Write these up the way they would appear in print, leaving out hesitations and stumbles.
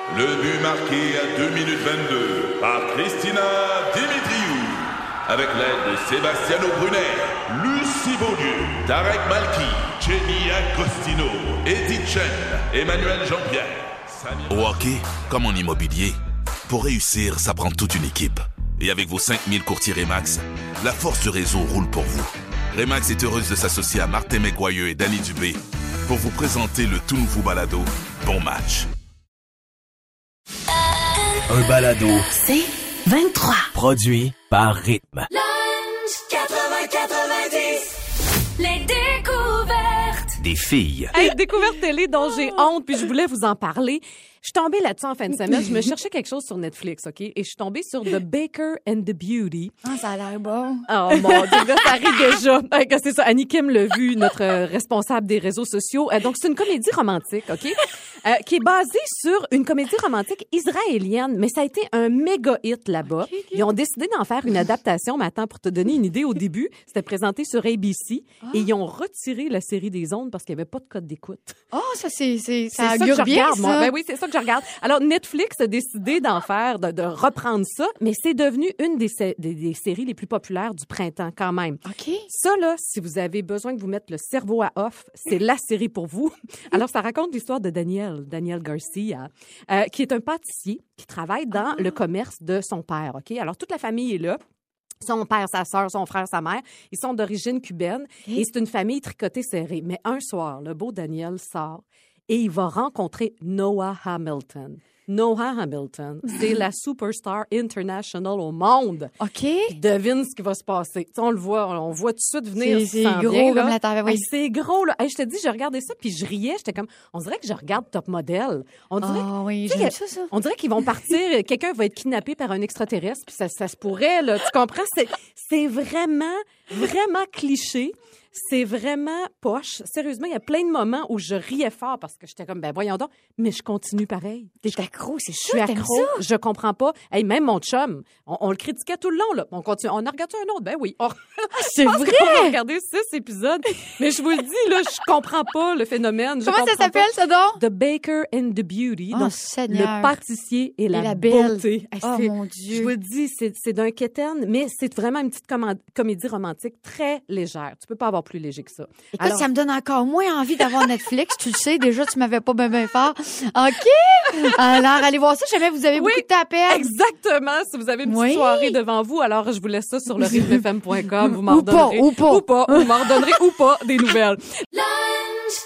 Le but marqué à 2 minutes 22 par Christina Dimitriou. Avec l'aide de Sebastiano Brunet, Lucie Beaulieu, Tarek Malki, Jenny Agostino, Edith Chen, Emmanuel Jean-Pierre. Au hockey, comme en immobilier, pour réussir, ça prend toute une équipe. Et avec vos 5000 courtiers Remax, la force du réseau roule pour vous. Remax est heureuse de s'associer à Martin McGuire et Danny Dubé pour vous présenter le tout nouveau balado Bon Match. Un balado. C'est 23. Produit par Rythme. Lunch 80-90. Les découvertes. Des filles. Hey, découverte télé dont j'ai honte, puis je voulais vous en parler. Je suis tombée là-dessus en fin de semaine. Je me cherchais quelque chose sur Netflix, OK? Et je suis tombée sur The Baker and the Beauty. Ah, ça a l'air bon. Oh mon Dieu, là, ça arrive déjà. C'est ça, Annie Kim l'a vu, notre responsable des réseaux sociaux. Donc, c'est une comédie romantique, OK? Qui est basée sur une comédie romantique israélienne, mais ça a été un méga hit là-bas. Ils ont décidé d'en faire une adaptation, mais attends, pour te donner une idée, au début, c'était présenté sur ABC, et ils ont retiré la série des ondes parce qu'il n'y avait pas de code d'écoute. Oh, ça C'est ça ça que augure je bien, regarde, ça. moi. Ben oui, c'est ça que je regarde. Alors, Netflix a décidé d'en faire, de reprendre ça, mais c'est devenu une des séries les plus populaires du printemps, quand même. OK. Ça, là, si vous avez besoin de vous mettre le cerveau à off, c'est la série pour vous. Alors, ça raconte l'histoire de Daniel Garcia, qui est un pâtissier qui travaille dans le commerce de son père, OK? Alors, toute la famille est là. Son père, sa sœur, son frère, sa mère, ils sont d'origine cubaine et c'est une famille tricotée serrée. Mais un soir, le beau Daniel sort et il va rencontrer Noah Hamilton. Noah Hamilton, c'est la superstar international au monde. OK. Puis devine ce qui va se passer. Tu sais, on le voit, on voit tout de suite venir. C'est s'en gros vient, comme là. la terre. Oui. Hey, c'est gros, là. Hey, je te dis, je regardais ça, puis je riais. J'étais comme, on dirait que je regarde Top Model. On dirait, Ah oui, tu sais, j'aime ça. on dirait qu'ils vont partir, quelqu'un va être kidnappé par un extraterrestre, puis ça se pourrait, là. Tu comprends? C'est vraiment cliché. C'est vraiment poche. Sérieusement, il y a plein de moments où je riais fort parce que j'étais comme, ben voyons donc, mais je continue pareil. T'es accro, c'est Je sûr. suis T'aimes accro, ça? je comprends pas. Hey, même mon chum, on le critiquait tout le long, là. On continue. On a regardé un autre, ben oui. C'est On a vrai? regardé 6 épisodes. Mais je vous le dis, là, je comprends pas le phénomène. Je Comment ça comprends s'appelle, ça, donc? pas. The Baker and the Beauty. Oh, donc, Seigneur. le pâtissier et la belle. beauté. Hey, Oh, mon Dieu. Je vous le dis, c'est d'un quétaine, mais c'est vraiment une petite comédie romantique très légère. Tu peux pas avoir plus léger que ça. Écoute, Alors, ça me donne encore moins envie d'avoir Netflix. Tu le sais, déjà, tu m'avais pas bien fort. OK. Alors, allez voir ça. Jamais vous avez beaucoup de temps à perdre. exactement. Si vous avez une petite Oui. soirée devant vous, alors je vous laisse ça sur le rythmefm.com. Vous m'en Ou pas, redonnerez. ou pas. Ou pas. Vous m'en redonnerez ou pas des nouvelles. Lunch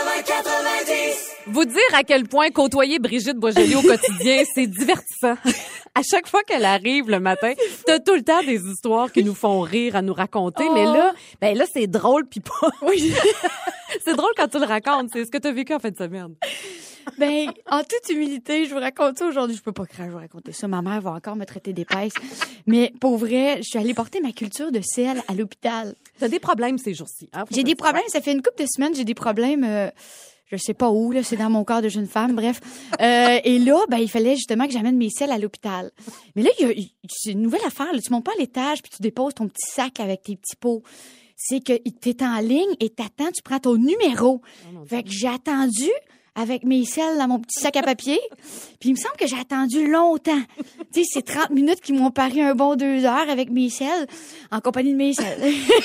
80-90. Vous dire à quel point côtoyer Brigitte Boisjoli au quotidien, c'est divertissant. À chaque fois qu'elle arrive le matin, t'as tout le temps des histoires qui nous font rire à nous raconter. Mais là, c'est drôle pis pas. Oui. C'est drôle quand tu le racontes. C'est ce que t'as vécu en fin de semaine. Ben, en toute humilité, je vous raconte ça aujourd'hui. Je peux pas croire que je vais raconter ça. Ma mère va encore me traiter d'épaisse. Mais pour vrai, je suis allée porter ma culture de sel à l'hôpital. T'as des problèmes ces jours-ci. Hein? J'ai des problèmes. Ça fait une couple de semaines, j'ai des problèmes. Je sais pas où, là, c'est dans mon corps de jeune femme, bref. Et là, ben, il fallait justement que j'amène mes selles à l'hôpital. Mais là, c'est une nouvelle affaire, là. Tu montes pas à l'étage puis tu déposes ton petit sac avec tes petits pots. C'est que t'es en ligne et t'attends, tu prends ton numéro. Fait que j'ai attendu avec mes selles dans mon petit sac à papier. Puis il me semble que j'ai attendu longtemps. Tu sais, c'est 30 minutes qui m'ont paru un bon 2 heures avec mes selles, en compagnie de mes selles.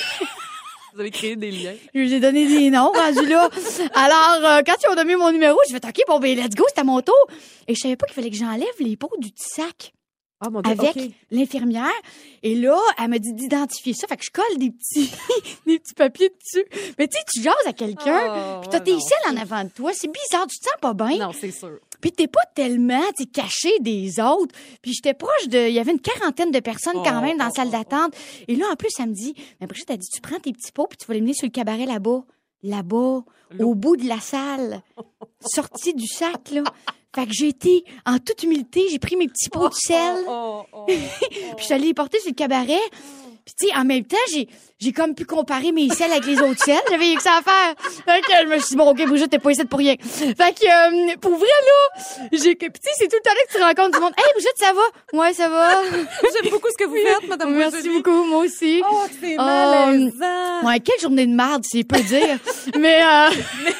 Vous avez créé des liens. Je lui ai donné des noms, rendu là. Alors, quand ils ont donné mon numéro, j'ai fait « OK, bon, ben, let's go, c'est à mon tour. » Et je savais pas qu'il fallait que j'enlève les pots du petit sac Ah, mon Dieu, avec OK. l'infirmière. Et là, elle m'a dit d'identifier ça. Fait que je colle des petits papiers dessus. Mais tu sais, tu jases à quelqu'un, puis t'as tes selles en avant de toi. C'est bizarre, tu te sens pas bien. Non, c'est sûr. Puis t'es pas tellement, tu sais, caché des autres. Puis j'étais proche il y avait une 40aine de personnes quand même dans la salle d'attente. Et là, en plus, elle me dit, mais Brigitte, elle dit, tu prends tes petits pots puis tu vas les mener sur le cabaret là-bas, au bout de la salle, sortie du sac, là. Fait que j'ai été, en toute humilité, j'ai pris mes petits pots de sel. Puis je suis allée les porter sur le cabaret. Puis tu sais, en même temps, j'ai comme pu comparer mes selles avec les autres selles. J'avais rien que ça à faire. Fait que je me suis dit, bon, OK, Brigitte, t'es pas ici pour rien. Fait que, pour vrai, là, tu sais, c'est tout le temps là que tu rencontres du monde. Hey, Brigitte, ça va? Ouais, ça va. J'aime beaucoup ce que vous faites, Madame Merci Boisjoli. beaucoup, moi aussi. Oh, c'est malaisant. Ouais, quelle journée de marde, si je peux dire. Mais Mais tu sais,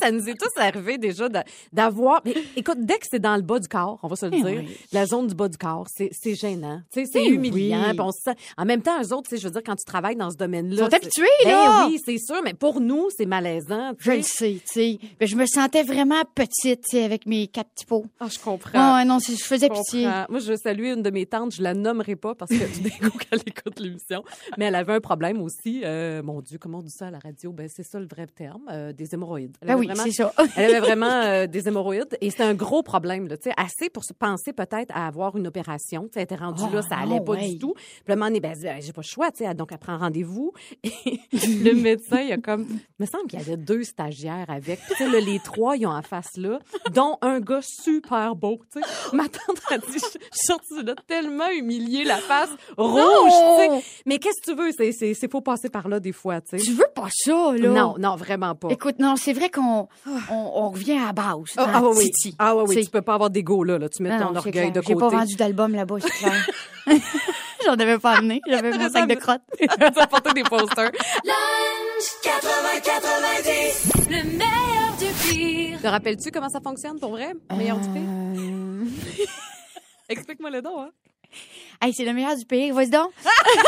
ça nous est tous arrivé déjà d'avoir... Mais écoute, dès que c'est dans le bas du corps, on va se le dire, la zone du bas du corps, c'est gênant. Tu sais, c'est humiliant. Puis on se sent... En même temps, eux autres, tu sais, je veux dire, quand tu travailles dans ce domaine-là... Ils sont habitués, là! Oui, c'est sûr, mais pour nous, c'est malaisant. Je le sais, tu sais. Ben, je me sentais vraiment petite, tu sais, avec mes 4 petits pots. Ah, je comprends. Non, je faisais pitié. Moi, je veux saluer une de mes tantes, je la nommerai pas parce que du coup, qu'elle écoute l'émission, mais elle avait un problème aussi. Mon Dieu, comment on dit ça à la radio? Ben, c'est ça le vrai terme, des hémorroïdes. C'est ça. Elle avait vraiment des hémorroïdes et c'était un gros problème, là, tu sais, assez pour se penser peut-être à avoir une opération. Tu sais, elle était rendue là, ça allait pas du tout. Puis à un moment donné, ben, j'ai pas le choix, tu sais, donc elle prend rendez-vous et le médecin, il me semble qu'il y avait 2 stagiaires avec. Puis, tu sais, là, les 3, ils ont en face là, dont un gars super beau, tu sais. Ma tante a dit, je suis sortie de là tellement humiliée, la face rouge, tu sais. Mais qu'est-ce que tu veux? C'est faut passer par là des fois, tu sais. Tu veux pas ça, là? Non, vraiment pas. Écoute, non, c'est vrai qu'on on revient à la base. Oui. Titi. Tu peux pas avoir d'ego là. Tu mets ton orgueil de côté. J'ai pas vendu d'album là-bas, c'est clair. J'en avais pas amené. J'avais mon sac de crottes. Tu as porté des posters. Lunch 80-90. Le meilleur du pire. Te rappelles-tu comment ça fonctionne pour vrai? Meilleur du pire? Explique-moi le don, hein? Hey, c'est le meilleur du pire. Vas-y donc.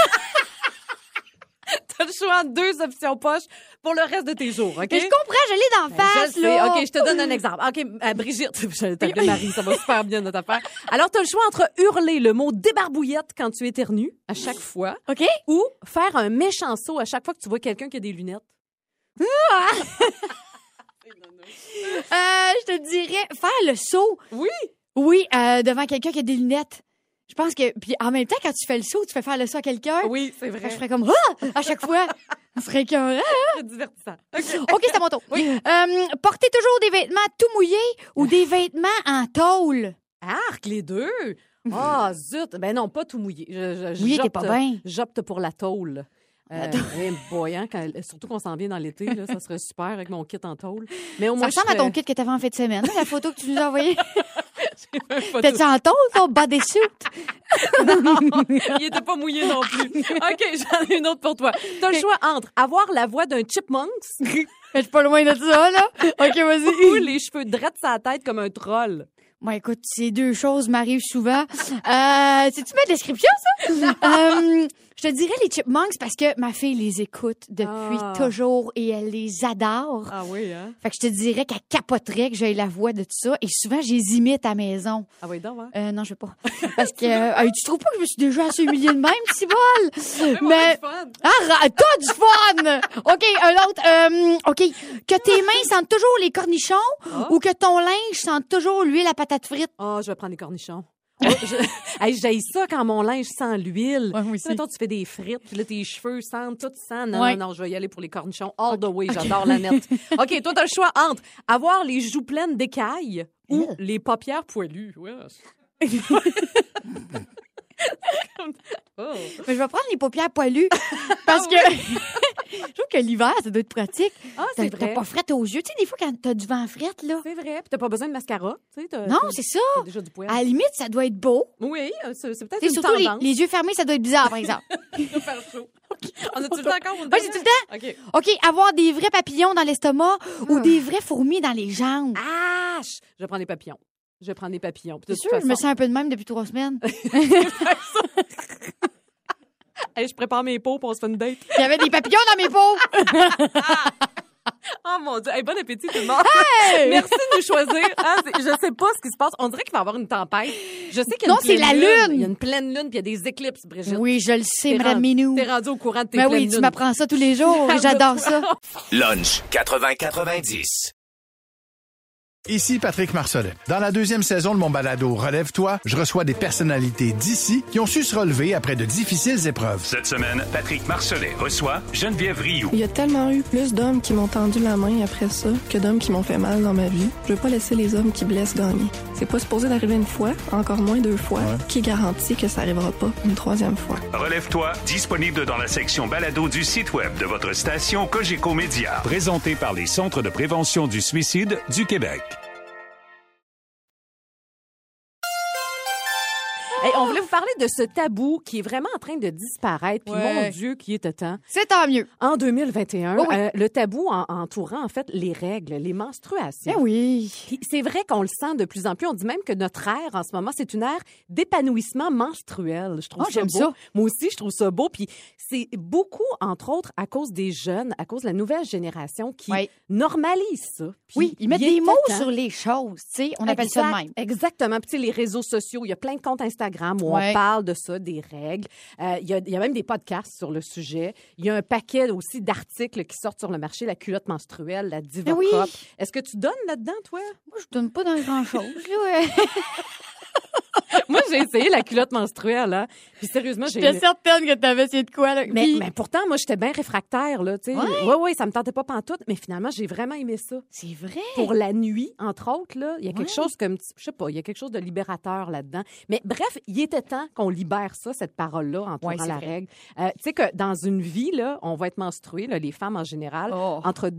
T'as le choix entre 2 options poches pour le reste de tes jours, OK? Mais je comprends, je l'ai d'en face, je sais. là. OK, je te donne un exemple. OK, Brigitte, je t'appelle Marie, ça va super bien notre affaire. Alors, t'as le choix entre hurler le mot débarbouillette quand tu éternues à chaque fois, OK? ou faire un méchant saut à chaque fois que tu vois quelqu'un qui a des lunettes. Je te dirais faire le saut. Oui. Oui, devant quelqu'un qui a des lunettes. Je pense que... Puis en même temps, quand tu fais le saut, tu fais faire le saut à quelqu'un. Oui, c'est vrai. Je ferais comme « Ah! » à chaque fois. Ça serait écœurant. C'est divertissant. OK, c'est à mon tour. Oui. Porter toujours des vêtements tout mouillés ou des vêtements en tôle? Arc, les deux. Ah, zut. Ben non, pas tout mouillé. Mouillé, t'es pas bien. J'opte pour la tôle. Boyant, surtout qu'on s'en vient dans l'été, là, ça serait super avec mon kit en tôle. Mais au moins, ça ressemble à ton kit que t'avais en fin de semaine, la photo que tu nous as envoyée. T'es-tu en tôle, ton bodysuit? Non, il était pas mouillé non plus. OK, j'en ai une autre pour toi. T'as le choix entre avoir la voix d'un chipmunks Je suis pas loin de ça, là. OK, vas-y. ou les cheveux drettes sur la tête comme un troll. Bon, écoute, ces 2 choses m'arrivent souvent. C'est-tu ma description, ça? Je te dirais les chipmunks parce que ma fille les écoute depuis toujours et elle les adore. Ah oui, hein? Fait que je te dirais qu'elle capoterait que j'aie la voix de tout ça. Et souvent, je les imite à la maison. Ah oui, donc, hein? Non, je veux pas. Parce que tu trouves pas que je me suis déjà assez humiliée de même, petit bol? Mais... T'as du fun! OK, un autre. OK, que tes mains sentent toujours les cornichons ou que ton linge sente toujours l'huile à patate frite? Ah, je vais prendre des cornichons. J'haïs ça quand mon linge sent l'huile. Ouais, moi aussi. Mettons, tu fais des frites, puis là, tes cheveux sentent, tout sent. Non, Ouais. non, je vais y aller pour les cornichons all the way. J'adore la nette. OK, toi, t'as le choix entre avoir les joues pleines d'écailles ou les paupières poilues. Ouais. Mais je vais prendre les paupières poilues parce que je trouve que l'hiver, ça doit être pratique. Ah, c'est T'as vrai. pas frette aux yeux. Tu sais, des fois, quand t'as du vent frette, là. C'est vrai. Puis t'as pas besoin de mascara. Tu sais, Non, c'est ça. t'as déjà du poil. À la limite, ça doit être beau. Oui, c'est peut-être C'est une surtout tendance. les yeux fermés, ça doit être bizarre, par exemple. Il va faire chaud. On a-tu le temps encore? Oui, j'ai tout le temps. OK. OK, avoir des vrais papillons dans l'estomac ou des vraies fourmis dans les jambes. Ah! Je vais prendre des papillons. Je vais prendre des papillons. Puis de C'est toute sûr, je me façon- sens un peu de même depuis 3 semaines. Hey, je prépare mes pots pour on se fait une date. Il y avait des papillons dans mes peaux. Oh mon Dieu. Hey, bon appétit tout le monde. Hey! Merci de nous choisir. Hein, je sais pas ce qui se passe. On dirait qu'il va y avoir une tempête. Je sais qu'il y a Non, une pleine c'est la lune. Il y a une pleine lune puis il y a des éclipses, Brigitte. Oui, je le sais, T'es Madame rendu- Minou. T'es rendu au courant de tes Ben pleines oui, tu lunes. m'apprends ça tous les jours et j'adore ça. Lunch 80-90. Ici Patrick Marcelet. Dans la 2e saison de mon balado Relève-toi, je reçois des personnalités d'ici qui ont su se relever après de difficiles épreuves. Cette semaine, Patrick Marcelet reçoit Geneviève Rioux. Il y a tellement eu plus d'hommes qui m'ont tendu la main après ça que d'hommes qui m'ont fait mal dans ma vie. Je veux pas laisser les hommes qui blessent gagner. C'est pas supposé d'arriver une fois, encore moins 2 fois. Qui garantit que ça arrivera pas une 3e fois? Relève-toi, disponible dans la section balado du site web de votre station Cogeco Média. Présenté par les Centres de prévention du suicide du Québec. Hey, on voulait vous parler de ce tabou qui est vraiment en train de disparaître. Puis Ouais. mon Dieu, qui était temps. C'est tant mieux. En 2021, Oh oui. le tabou entourant en fait les règles, les menstruations. Ben oui. Puis c'est vrai qu'on le sent de plus en plus. On dit même que notre ère en ce moment, c'est une ère d'épanouissement menstruel. Je trouve Oh, ça j'aime beau. ça. Moi aussi, je trouve ça beau. Puis c'est beaucoup, entre autres, à cause des jeunes, à cause de la nouvelle génération qui Oui. normalise ça. Puis Oui, ils mettent il des était mots temps. sur les choses, tu sais. On appelle ça de Exact, même. Exactement. Puis, tu sais, les réseaux sociaux, il y a plein de comptes Instagram où Ouais. on parle de ça, des règles. Il y a même des podcasts sur le sujet. Il y a un paquet aussi d'articles qui sortent sur le marché, la culotte menstruelle, la Diva Ah oui. Cup. Est-ce que tu donnes là-dedans, toi? Moi, je donne pas dans grand-chose, là. Moi, j'ai essayé la culotte menstruelle, hein. Puis sérieusement, j'ai J'étais certaine que t'avais essayé de quoi, là. Puis- mais pourtant, moi, j'étais bien réfractaire, là, tu sais. Ouais? Oui, ça me tentait pas pantoute, mais finalement, j'ai vraiment aimé ça. C'est vrai. Pour la nuit, entre autres, là, il y a quelque Ouais. chose comme, je sais pas, il y a quelque chose de libérateur là-dedans. Mais bref, il était temps qu'on libère ça, cette parole-là, entourant Ouais, c'est la vrai. règle. Tu sais que dans une vie, là, on va être menstrué, là, les femmes en général, Oh. entre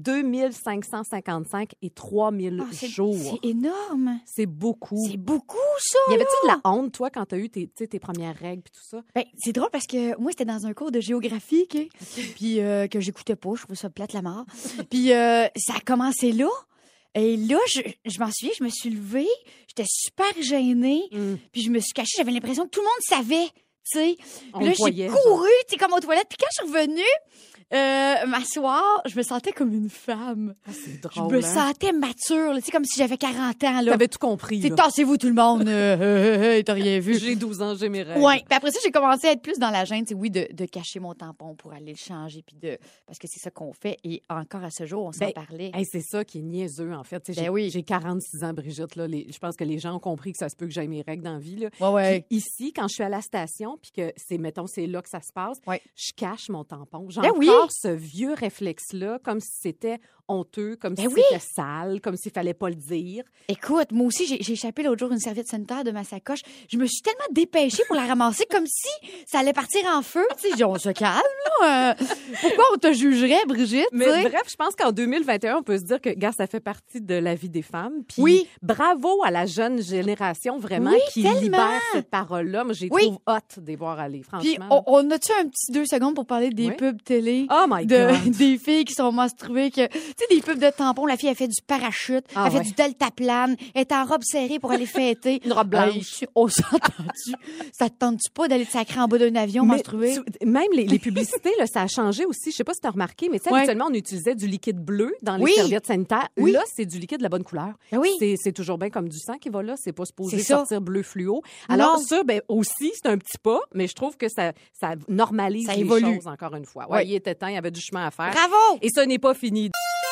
2555 et 3000 Ah, jours. C'est énorme. C'est beaucoup. C'est beaucoup, ça. Y avait-tu de la honte, toi, quand tu as eu tes premières règles puis tout ça? Ben, c'est drôle parce que moi, c'était dans un cours de géographie, OK? Puis que j'écoutais pas, je trouvais ça plate la mort. Puis ça a commencé là. Et là, je m'en souviens, je me suis levée, j'étais super gênée, puis je me suis cachée, j'avais l'impression que tout le monde savait, tu sais. On Puis là, le voyait, j'ai couru, tu sais, comme aux toilettes. Puis quand je suis revenue, m'asseoir, je me sentais comme une femme. C'est Je drôle, me hein? sentais mature, là, tu sais, comme si j'avais 40 ans, là. T'avais tout compris, C'est là. tassez-vous tout le monde, t'as rien vu. J'ai 12 ans, j'ai mes règles. Ouais. Puis après ça, j'ai commencé à être plus dans la gêne, tu sais, oui, de cacher mon tampon pour aller le changer, puis parce que c'est ça qu'on fait. Et encore à ce jour, on s'en Ben, parlait. Hey, c'est ça qui est niaiseux, en fait. Tu sais, Ben j'ai, oui. j'ai 46 ans, Brigitte. Là, je pense que les gens ont compris que ça se peut que j'aille mes règles dans la vie. Là. Ouais, ouais. Puis ici, quand je suis à la station, puis que c'est là que ça se passe, Ouais. je cache mon tampon. J'ai Ben encore oui. ce vieux réflexe-là, comme si c'était honteux, comme Ben si oui. c'était sale, comme s'il fallait pas le dire. Écoute, moi aussi, j'ai échappé l'autre jour une serviette sanitaire de ma sacoche. Je me suis tellement dépêchée pour la ramasser comme si ça allait partir en feu. Tu sais, j'ai dit, on se calme, là. Pourquoi on te jugerait, Brigitte? Mais tu sais? bref, je pense qu'en 2021, on peut se dire que, gars, ça fait partie de la vie des femmes. Puis Oui. bravo à la jeune génération, vraiment, Oui, qui tellement. libère cette parole-là. Moi, j'ai Oui. trouve hot de les voir aller, franchement. Puis, on a-tu un petit 2 secondes pour parler des Oui. pubs télé? Oh my God. Des filles qui sont menstruées, tu sais, des pubs de tampons. La fille, elle fait du parachute, Ah elle fait ouais. du deltaplane, elle est en robe serrée pour aller fêter. Une robe blanche. Hey, on s'entend-tu? Ça te tente-tu pas d'aller te sacrer en bas d'un avion Mais menstrué? même les publicités, là, ça a changé aussi. Je sais pas si tu as remarqué, mais tu sais, Ouais. habituellement, on utilisait du liquide bleu dans les Oui. serviettes sanitaires. Oui. Là, c'est du liquide de la bonne couleur. Ben oui. C'est toujours bien comme du sang qui va là. C'est pas supposé C'est ça. sortir bleu fluo. Alors Non. ça, ben aussi, c'est un petit pas, mais je trouve que ça normalise Ça les évolue. choses, encore une fois. Ouais, Ouais. il était temps, il y avait du chemin à faire. Bravo! Et ce n'est pas fini.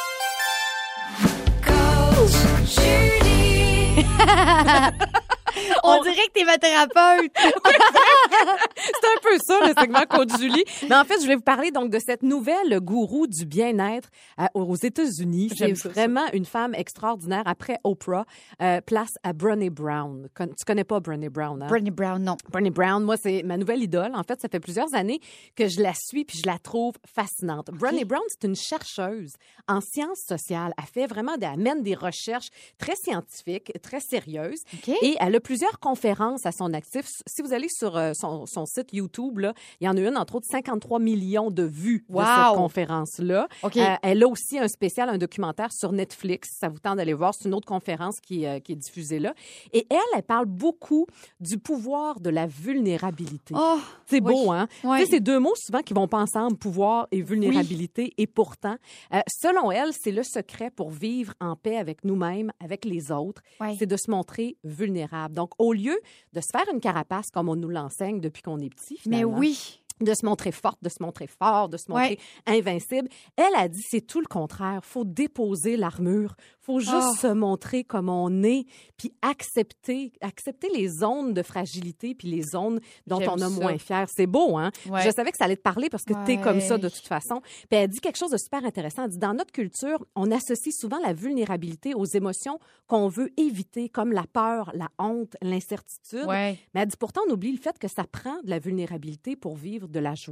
On dirait que t'es ma thérapeute. C'est un peu ça, le segment Coach Julie. Mais en fait, je voulais vous parler donc de cette nouvelle gourou du bien-être aux États-Unis. C'est J'aime ça, vraiment une femme extraordinaire. Après Oprah, place à Brené Brown. Tu connais pas Brené Brown, hein? Brené Brown, non. Brené Brown, moi, c'est ma nouvelle idole. En fait, ça fait plusieurs années que je la suis puis je la trouve fascinante. Brené Brown, c'est une chercheuse en sciences sociales. Elle fait vraiment, elle mène des recherches très scientifiques, très sérieuses. OK. Et elle a plusieurs conférences à son actif. Si vous allez sur son site YouTube, là, il y en a une, entre autres, 53 millions de vues de Wow! cette conférence-là. OK. Elle a aussi un spécial, un documentaire sur Netflix. Ça vous tente d'aller voir. C'est une autre conférence qui est diffusée là. Et elle parle beaucoup du pouvoir de la vulnérabilité. Oh, C'est oui. beau, hein? Oui. Tu sais, c'est deux mots souvent qui vont pas ensemble, pouvoir et vulnérabilité. Et pourtant, selon elle, c'est le secret pour vivre en paix avec nous-mêmes, avec les autres. Oui. C'est de se montrer vulnérable. Donc, au lieu de se faire une carapace comme on nous l'enseigne depuis qu'on est petit, Mais finalement, oui. de se montrer forte, de se montrer fort, de se montrer invincible. Elle a dit c'est tout le contraire. Faut déposer l'armure. Faut juste se montrer comme on est, puis accepter les zones de fragilité puis les zones dont J'aime on a ça. moins fier. C'est beau, hein? Ouais. Je savais que ça allait te parler parce que t'es comme ça de Ouais. toute façon. Puis elle dit quelque chose de super intéressant. Elle dit dans notre culture, on associe souvent la vulnérabilité aux émotions qu'on veut éviter, comme la peur, la honte, l'incertitude. Ouais. Mais elle dit pourtant, on oublie le fait que ça prend de la vulnérabilité pour vivre de la joie,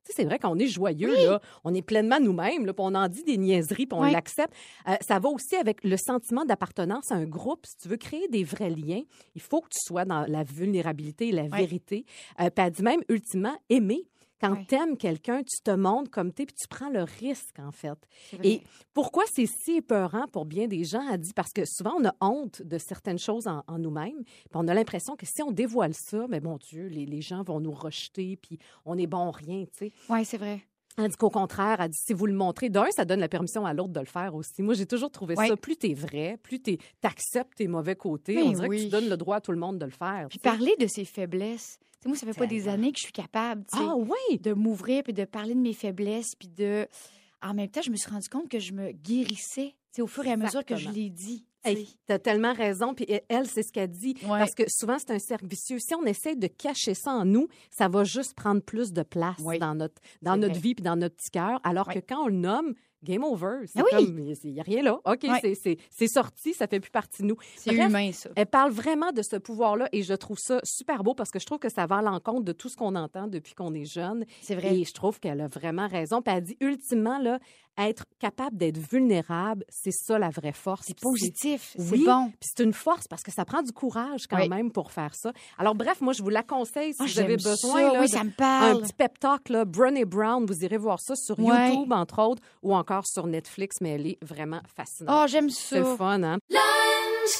Tu sais, c'est vrai qu'on est joyeux, là. On est pleinement nous-mêmes, là, puis on en dit des niaiseries, puis on l'accepte. Ça va aussi avec le sentiment d'appartenance à un groupe. Si tu veux créer des vrais liens, il faut que tu sois dans la vulnérabilité et la vérité. Puis elle dit même, ultimement, aimer. Quand t'aimes quelqu'un, tu te montres comme t'es, puis tu prends le risque, en fait. Et pourquoi c'est si épeurant pour bien des gens, elle dit, parce que souvent, on a honte de certaines choses en nous-mêmes, puis on a l'impression que si on dévoile ça, mais mon Dieu, les gens vont nous rejeter, puis on est bon rien, tu sais. Oui, c'est vrai. Elle dit qu'au contraire, elle dit, si vous le montrez, d'un, ça donne la permission à l'autre de le faire aussi. Moi, j'ai toujours trouvé ça, plus t'es vrai, plus t'acceptes tes mauvais côtés, on dirait que tu donnes le droit à tout le monde de le faire. Puis parler de ses faiblesses. T'sais, moi, ça fait pas des années que je suis capable de m'ouvrir puis de parler de mes faiblesses. Puis de... En même temps, je me suis rendu compte que je me guérissais au fur et à mesure que je l'ai dit. Hey, t'as tellement raison. Puis elle, c'est ce qu'elle dit. Parce que souvent, c'est un cercle vicieux. Si on essaie de cacher ça en nous, ça va juste prendre plus de place dans notre vie puis dans notre petit cœur. Alors que quand on le nomme, game over. C'est comme, il n'y a rien là. OK, c'est sorti, ça fait plus partie de nous. C'est humain, ça. Elle parle vraiment de ce pouvoir-là et je trouve ça super beau parce que je trouve que ça va à l'encontre de tout ce qu'on entend depuis qu'on est jeune. C'est vrai. Et je trouve qu'elle a vraiment raison. Puis elle dit, ultimement, là, être capable d'être vulnérable, c'est ça la vraie force. C'est positif, c'est bon. Puis c'est une force parce que ça prend du courage quand même pour faire ça. Alors bref, moi, je vous la conseille si vous avez besoin. Là, ça me parle. Un petit pep talk, là, Brené Brown, vous irez voir ça sur YouTube, entre autres, ou encore sur Netflix, mais elle est vraiment fascinante. Oh, j'aime ça. C'est le fun, hein? Lunch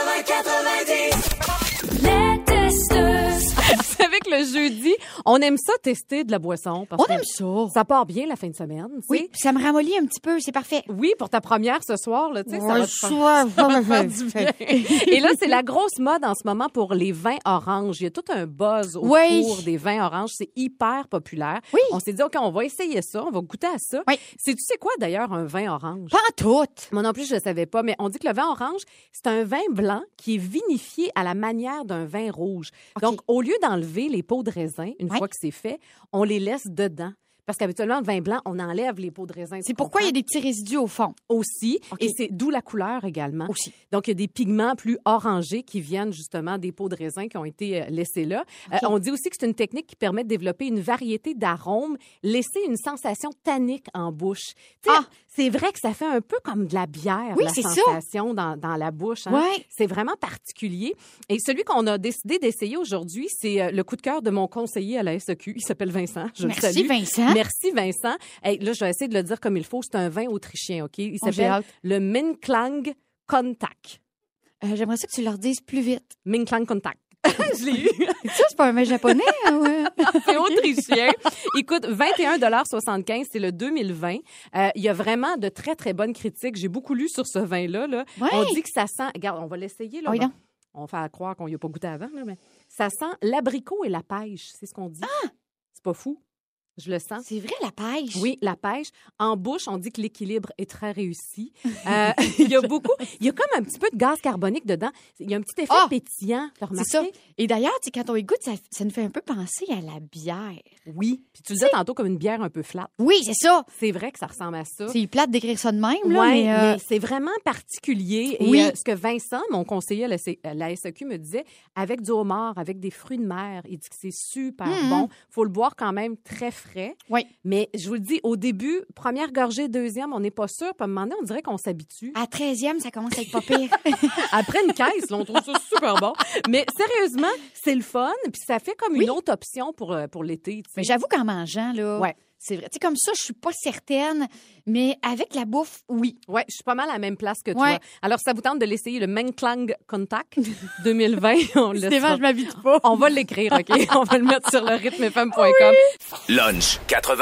80-90. Les testeuses. Vous savez que le jeudi, on aime ça tester de la boisson. Parce on aime ça. Ça part bien la fin de semaine. Oui, puis ça me ramollit un petit peu, c'est parfait. Oui, pour ta première ce soir, là, tu sais, ça va te faire du bien. Et là, c'est la grosse mode en ce moment pour les vins oranges. Il y a tout un buzz autour des vins oranges. C'est hyper populaire. Oui. On s'est dit, OK, on va essayer ça, on va goûter à ça. Oui. Tu sais quoi, d'ailleurs, un vin orange? Pas en tout. Moi non plus, je ne le savais pas, mais on dit que le vin orange, c'est un vin blanc qui est vinifié à la manière d'un vin rouge. Okay. Donc, au lieu d'enlever les peaux de raisin, une fois que c'est fait, on les laisse dedans. Parce qu'habituellement, le vin blanc, on enlève les peaux de raisin. C'est pourquoi il y a des petits résidus au fond. Aussi. Okay. Et c'est d'où la couleur également. Aussi. Donc, il y a des pigments plus orangés qui viennent justement des peaux de raisin qui ont été laissés là. Okay. On dit aussi que c'est une technique qui permet de développer une variété d'arômes, laisser une sensation tannique en bouche. C'est vrai que ça fait un peu comme de la bière, la sensation dans la bouche. Hein? Ouais. C'est vraiment particulier. Et celui qu'on a décidé d'essayer aujourd'hui, c'est le coup de cœur de mon conseiller à la SEQ. Il s'appelle Vincent. Je le salue. Vincent. Merci, Vincent. Hey, là, je vais essayer de le dire comme il faut. C'est un vin autrichien, OK? Il s'appelle le Minklang Kontak. J'aimerais ça que tu leur dises plus vite. Minklang Kontak. Je l'ai eu. Ça, c'est pas un vin japonais, ouais. C'est autrichien. Écoute, 21,75 $, c'est le 2020. Il y a vraiment de très, très bonnes critiques. J'ai beaucoup lu sur ce vin-là. Là. Ouais. On dit que ça sent... Regarde, on va l'essayer. Là. On fait croire qu'on n'y a pas goûté avant. Là, mais ça sent l'abricot et la pêche. C'est ce qu'on dit. C'est pas fou. Je le sens. C'est vrai, la pêche? Oui, la pêche. En bouche, on dit que l'équilibre est très réussi. Il y a comme un petit peu de gaz carbonique dedans. Il y a un petit effet pétillant. C'est ça. Et d'ailleurs, quand on y goûte, ça nous fait un peu penser à la bière. Oui. Puis tu le disais tantôt comme une bière un peu flat. Oui, c'est ça. C'est vrai que ça ressemble à ça. C'est plate d'écrire ça de même, là. Oui, mais c'est vraiment particulier. Et ce que Vincent, mon conseiller à la SEQ, me disait, avec du homard, avec des fruits de mer, il dit que c'est super bon. Il faut le boire quand même très frais. Oui. Mais je vous le dis, au début, première gorgée, deuxième, on n'est pas sûr. Puis à un moment donné, on dirait qu'on s'habitue. À 13e, ça commence à être pas pire. Après une caisse, là, on trouve ça super bon. Mais sérieusement, c'est le fun. Puis ça fait comme une autre option pour l'été. T'sais. Mais j'avoue qu'en mangeant, là... Ouais. C'est vrai. Tu sais, comme ça, je suis pas certaine, mais avec la bouffe, oui. Oui, je suis pas mal à la même place que toi. Alors, ça vous tente de l'essayer, le Minklang Kontak 2020. Stéphane, je m'habite pas. On va l'écrire, OK? On va le mettre sur le rythmefm.com. Oui. Lunch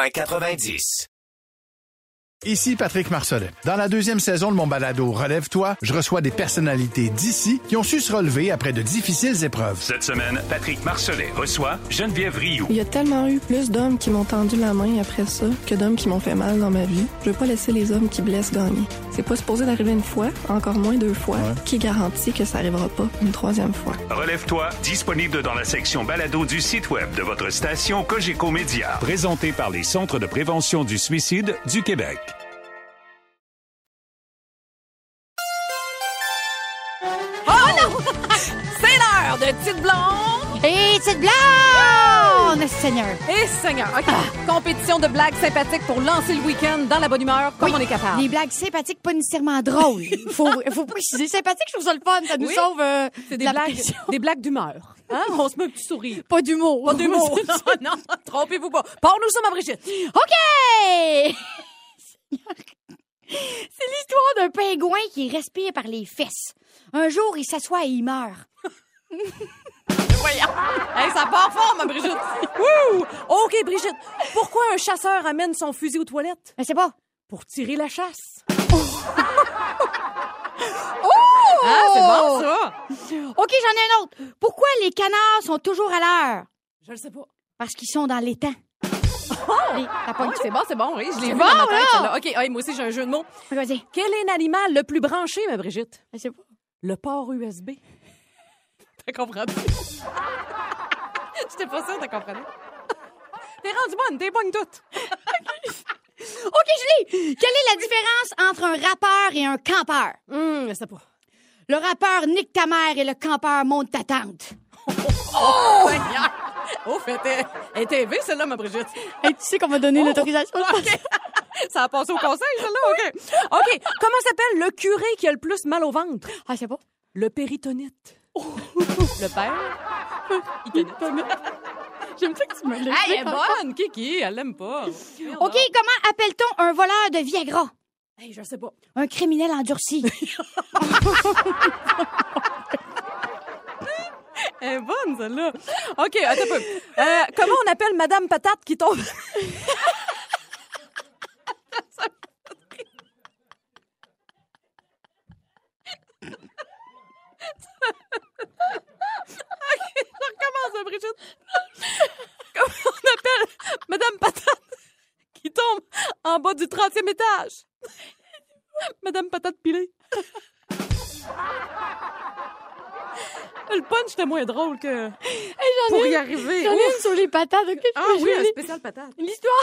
80-90. Ici Patrick Marcelet. Dans la deuxième saison de mon balado Relève-toi, je reçois des personnalités d'ici qui ont su se relever après de difficiles épreuves. Cette semaine, Patrick Marcelet reçoit Geneviève Rioux. Il y a tellement eu plus d'hommes qui m'ont tendu la main après ça que d'hommes qui m'ont fait mal dans ma vie. Je veux pas laisser les hommes qui blessent gagner. C'est pas supposé d'arriver une fois, encore moins deux fois. Qui garantit que ça arrivera pas une troisième fois? Relève-toi, disponible dans la section balado du site web de votre station Cogeco Média. Présenté par les Centres de prévention du suicide du Québec. C'est l'heure de Petite Blonde Et c'est blonde, Seigneur. Et Seigneur, OK. Compétition de blagues sympathiques pour lancer le week-end dans la bonne humeur, comme Oui, on est capable. Les blagues sympathiques, pas nécessairement drôles. Faut préciser. Sympathique, je trouve ça le fun. Ça nous Oui. sauve C'est de la des pression. blagues d'humeur. Hein? On se met un petit sourire. Pas d'humour. Pas d'humour. Non, trompez-vous pas. Parle-nous ça, ma Brigitte. OK! C'est l'histoire d'un pingouin qui respire par les fesses. Un jour, il s'assoit et il meurt. Voyons. Hey, ça part fort, ma Brigitte. Wouh! OK, Brigitte. Pourquoi un chasseur amène son fusil aux toilettes? Je sais pas. Pour tirer la chasse. Oh! Ah, c'est bon, ça. OK, j'en ai un autre. Pourquoi les canards sont toujours à l'heure? Je le sais pas. Parce qu'ils sont dans l'étang. Oui, c'est bon, oui. Je l'ai C'est vu bon, dans ma tête, là. celle-là. OK, hey, moi aussi, j'ai un jeu de mots. Vas-y. Quel est l'animal le plus branché, ma Brigitte? Je sais pas. Le port USB. T'as compris? J'étais pas sûre, t'as compris. T'es rendu bonne, t'es bonne toute. OK, Julie. Quelle est la différence entre un rappeur et un campeur? Je sais pas. Le rappeur nique ta mère et le campeur monte ta tante. Oh, elle était élevée, celle-là, ma Brigitte. Hey, tu sais qu'on m'a donné l'autorisation. OK. Ça a passé au conseil, celle-là? OK. OK. Comment s'appelle le curé qui a le plus mal au ventre? Ah, je sais pas. Le péritonite. Le père? Péritonite. J'aime ça que tu me laisses. Hey, elle est bonne, Kiki. Elle l'aime pas. OK, comment appelle-t-on un voleur de Viagra? Hey, je sais pas. Un criminel endurci. Elle est bonne, celle-là. OK, attends un peu. Comment on appelle Madame Patate qui tombe... Je recommence, Brigitte. Comment on appelle Madame Patate qui tombe en bas du 30e étage? Madame Patate pilée. Le punch était moins drôle que pour y arriver. J'en ai une sur les patates. OK, Ah oui, un spécial patate. L'histoire...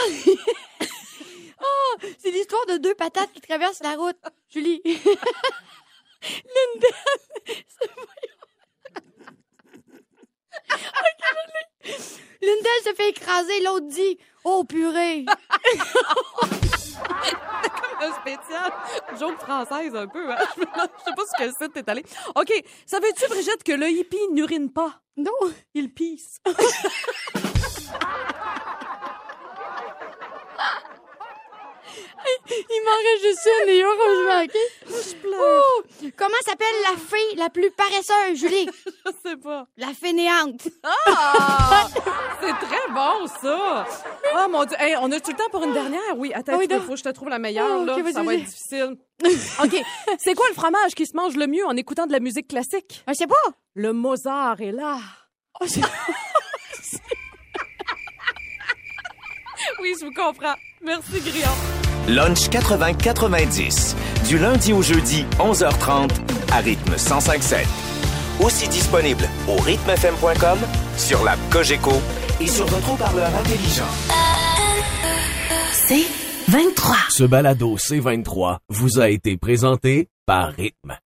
c'est l'histoire de deux patates qui traversent la route. Julie. L'une d'elles... L'une d'elles se fait écraser, l'autre dit « Oh, purée! » Un spécial joke française un peu. Hein? Je sais pas sur quel site t'es allé. OK. Savais-tu, Brigitte, que le hippie n'urine pas? Non. Il pisse. Il m'en reste juste une et heureusement, OK? Je pleure. Oh, comment s'appelle la fée la plus paresseuse, Julie? Je sais pas. La fainéante. Ah! C'est très bon, ça. Oh, mon Dieu. Hey, on a tout le temps pour une dernière? Oui, attends, Oui, il faut que je te trouve la meilleure. Oh, là. OK, vas-y, Ça va vas-y. être difficile. OK. C'est quoi le fromage qui se mange le mieux en écoutant de la musique classique? Je sais pas. Le Mozart est là. Oh, c'est... Oui, je vous comprends. Merci, Grillon. Lunch 80-90. Du lundi au jeudi, 11h30, à rythme 105.7. Aussi disponible au rythmefm.com, sur l'app Cogeco et sur votre haut-parleur intelligent. C23. Ce balado C23 vous a été présenté par Rythme.